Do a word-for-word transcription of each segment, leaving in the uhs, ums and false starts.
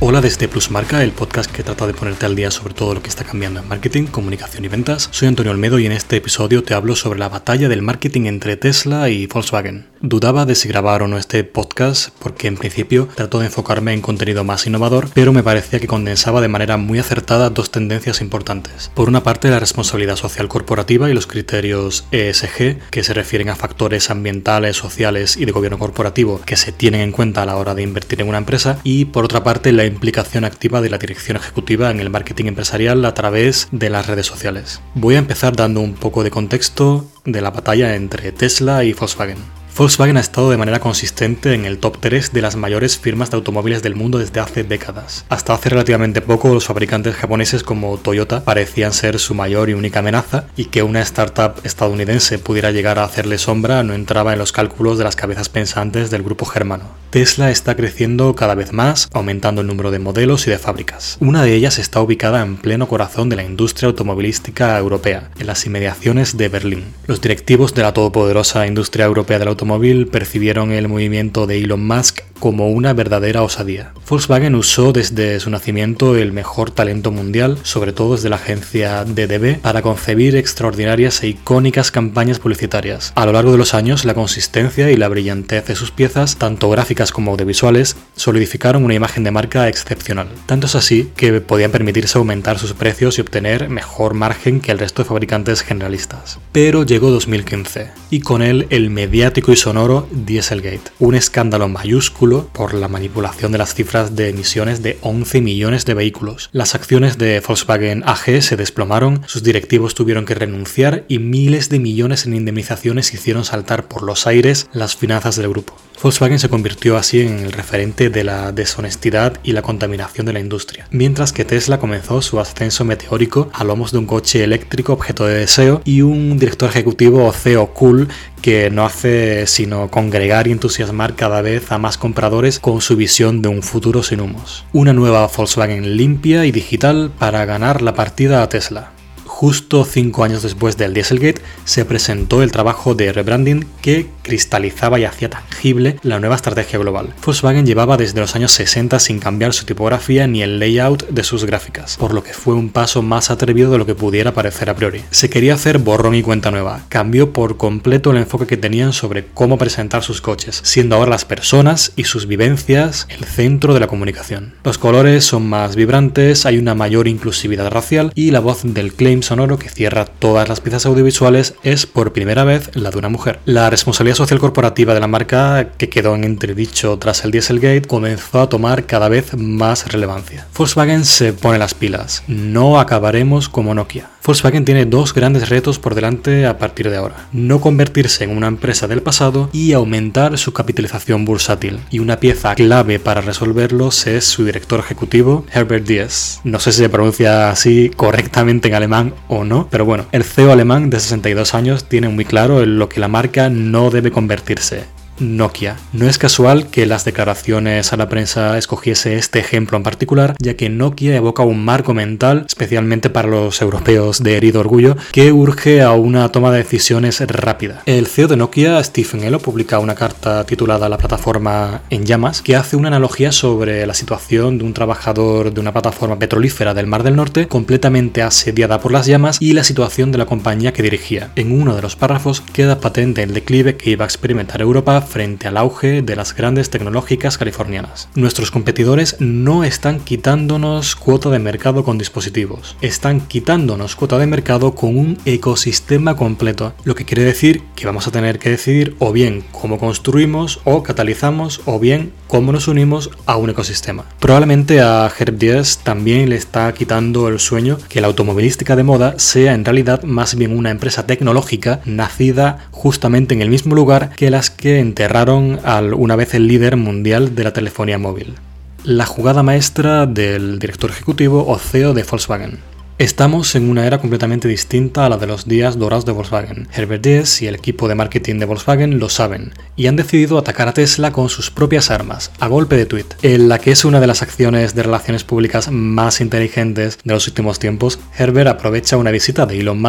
Hola desde Plusmarca, el podcast que trata de ponerte al día sobre todo lo que está cambiando en marketing, comunicación y ventas. Soy Antonio Olmedo y en este episodio te hablo sobre la batalla del marketing entre Tesla y Volkswagen. Dudaba de si grabar o no este podcast porque en principio trato de enfocarme en contenido más innovador, pero me parecía que condensaba de manera muy acertada dos tendencias importantes. Por una parte, la responsabilidad social corporativa y los criterios E S G, que se refieren a factores ambientales, sociales y de gobierno corporativo que se tienen en cuenta a la hora de invertir en una empresa, y por otra parte, la implicación activa de la dirección ejecutiva en el marketing empresarial a través de las redes sociales. Voy a empezar dando un poco de contexto de la batalla entre Tesla y Volkswagen. Volkswagen ha estado de manera consistente en el top tres de las mayores firmas de automóviles del mundo desde hace décadas. Hasta hace relativamente poco, los fabricantes japoneses como Toyota parecían ser su mayor y única amenaza, y que una startup estadounidense pudiera llegar a hacerle sombra no entraba en los cálculos de las cabezas pensantes del grupo germano. Tesla está creciendo cada vez más, aumentando el número de modelos y de fábricas. Una de ellas está ubicada en pleno corazón de la industria automovilística europea, en las inmediaciones de Berlín. Los directivos de la todopoderosa industria europea del automóvil automóvil percibieron el movimiento de Elon Musk como una verdadera osadía. Volkswagen usó desde su nacimiento el mejor talento mundial, sobre todo desde la agencia D D B, para concebir extraordinarias e icónicas campañas publicitarias. A lo largo de los años, la consistencia y la brillantez de sus piezas, tanto gráficas como audiovisuales, solidificaron una imagen de marca excepcional. Tanto es así que podían permitirse aumentar sus precios y obtener mejor margen que el resto de fabricantes generalistas. Pero llegó dos mil quince, y con él el mediático y sonoro Dieselgate, un escándalo mayúsculo por la manipulación de las cifras de emisiones de once millones de vehículos. Las acciones de Volkswagen A G se desplomaron, sus directivos tuvieron que renunciar y miles de millones en indemnizaciones hicieron saltar por los aires las finanzas del grupo. Volkswagen se convirtió así en el referente de la deshonestidad y la contaminación de la industria, mientras que Tesla comenzó su ascenso meteórico a lomos de un coche eléctrico objeto de deseo y un director ejecutivo o C E O cool que no hace sino congregar y entusiasmar cada vez a más compradores con su visión de un futuro sin humos. Una nueva Volkswagen limpia y digital para ganar la partida a Tesla. Justo cinco años después del Dieselgate, se presentó el trabajo de rebranding que cristalizaba y hacía tangible la nueva estrategia global. Volkswagen llevaba desde los años sesenta sin cambiar su tipografía ni el layout de sus gráficas, por lo que fue un paso más atrevido de lo que pudiera parecer a priori. Se quería hacer borrón y cuenta nueva, cambió por completo el enfoque que tenían sobre cómo presentar sus coches, siendo ahora las personas y sus vivencias el centro de la comunicación. Los colores son más vibrantes, hay una mayor inclusividad racial y la voz del claim sonoro que cierra todas las piezas audiovisuales es por primera vez la de una mujer. La responsabilidad social corporativa de la marca, que quedó en entredicho tras el Dieselgate, comenzó a tomar cada vez más relevancia. Volkswagen se pone las pilas. No acabaremos como Nokia. Volkswagen tiene dos grandes retos por delante a partir de ahora: no convertirse en una empresa del pasado y aumentar su capitalización bursátil. Y una pieza clave para resolverlos es su director ejecutivo, Herbert Diess. No sé si se pronuncia así correctamente en alemán o no, pero bueno, el C E O alemán de sesenta y dos años tiene muy claro en lo que la marca no debe convertirse: Nokia. No es casual que las declaraciones a la prensa escogiese este ejemplo en particular, ya que Nokia evoca un marco mental, especialmente para los europeos de herido orgullo, que urge a una toma de decisiones rápida. El C E O de Nokia, Stephen Elop, publica una carta titulada La plataforma en llamas, que hace una analogía sobre la situación de un trabajador de una plataforma petrolífera del Mar del Norte completamente asediada por las llamas y la situación de la compañía que dirigía. En uno de los párrafos queda patente el declive que iba a experimentar Europa frente al auge de las grandes tecnológicas californianas. Nuestros competidores no están quitándonos cuota de mercado con dispositivos, están quitándonos cuota de mercado con un ecosistema completo, lo que quiere decir que vamos a tener que decidir o bien cómo construimos o catalizamos o bien cómo nos unimos a un ecosistema. Probablemente a Herb Diess también le está quitando el sueño que la automovilística de moda sea en realidad más bien una empresa tecnológica nacida justamente en el mismo lugar que las que enterraron al una vez el líder mundial de la telefonía móvil. La jugada maestra del director ejecutivo o C E O de Volkswagen. Estamos en una era completamente distinta a la de los días dorados de Volkswagen. Herbert Diess y el equipo de marketing de Volkswagen lo saben y han decidido atacar a Tesla con sus propias armas, a golpe de tweet. En la que es una de las acciones de relaciones públicas más inteligentes de los últimos tiempos, Herbert aprovecha una visita de Elon Musk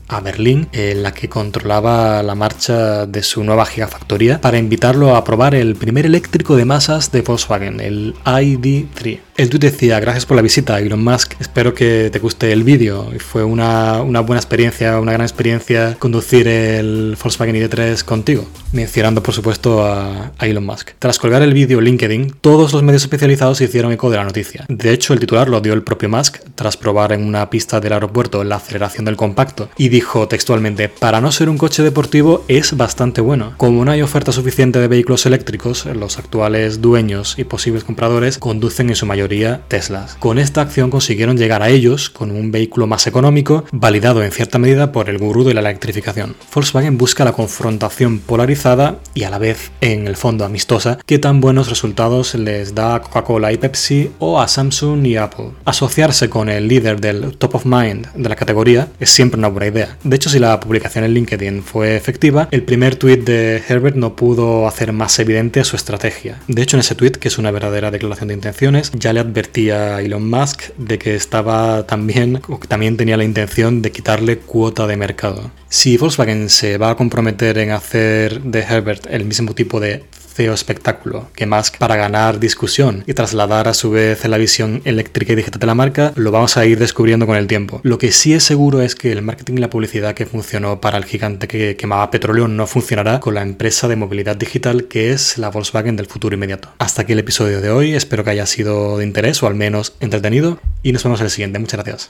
a Berlín, en la que controlaba la marcha de su nueva gigafactoría, para invitarlo a probar el primer eléctrico de masas de Volkswagen, el I D tres. El tuit decía: gracias por la visita, Elon Musk, espero que te guste el vídeo. Y fue una, una buena experiencia, una gran experiencia conducir el Volkswagen I D tres contigo, mencionando por supuesto a, a Elon Musk. Tras colgar el vídeo en LinkedIn, todos los medios especializados se hicieron eco de la noticia. De hecho, el titular lo dio el propio Musk tras probar en una pista del aeropuerto la aceleración del compacto, y dijo textualmente: para no ser un coche deportivo es bastante bueno. Como no hay oferta suficiente de vehículos eléctricos, los actuales dueños y posibles compradores conducen en su mayoría Teslas. Con esta acción consiguieron llegar a ellos con un vehículo más económico, validado en cierta medida por el gurú de la electrificación. Volkswagen busca la confrontación polarizada y a la vez, en el fondo, amistosa, que tan buenos resultados les da a Coca-Cola y Pepsi o a Samsung y Apple. Asociarse con el líder del top of mind de la categoría es siempre una buena idea. De hecho, si la publicación en LinkedIn fue efectiva, el primer tuit de Herbert no pudo hacer más evidente su estrategia. De hecho, en ese tuit, que es una verdadera declaración de intenciones, ya le advertía a Elon Musk de que estaba también, o que también tenía la intención de quitarle cuota de mercado. Si Volkswagen se va a comprometer en hacer de Herbert el mismo tipo de C E O espectáculo que Musk para ganar discusión y trasladar a su vez la visión eléctrica y digital de la marca, lo vamos a ir descubriendo con el tiempo. Lo que sí es seguro es que el marketing y la publicidad que funcionó para el gigante que quemaba petróleo no funcionará con la empresa de movilidad digital que es la Volkswagen del futuro inmediato. Hasta aquí el episodio de hoy, espero que haya sido de interés o al menos entretenido y nos vemos en el siguiente. Muchas gracias.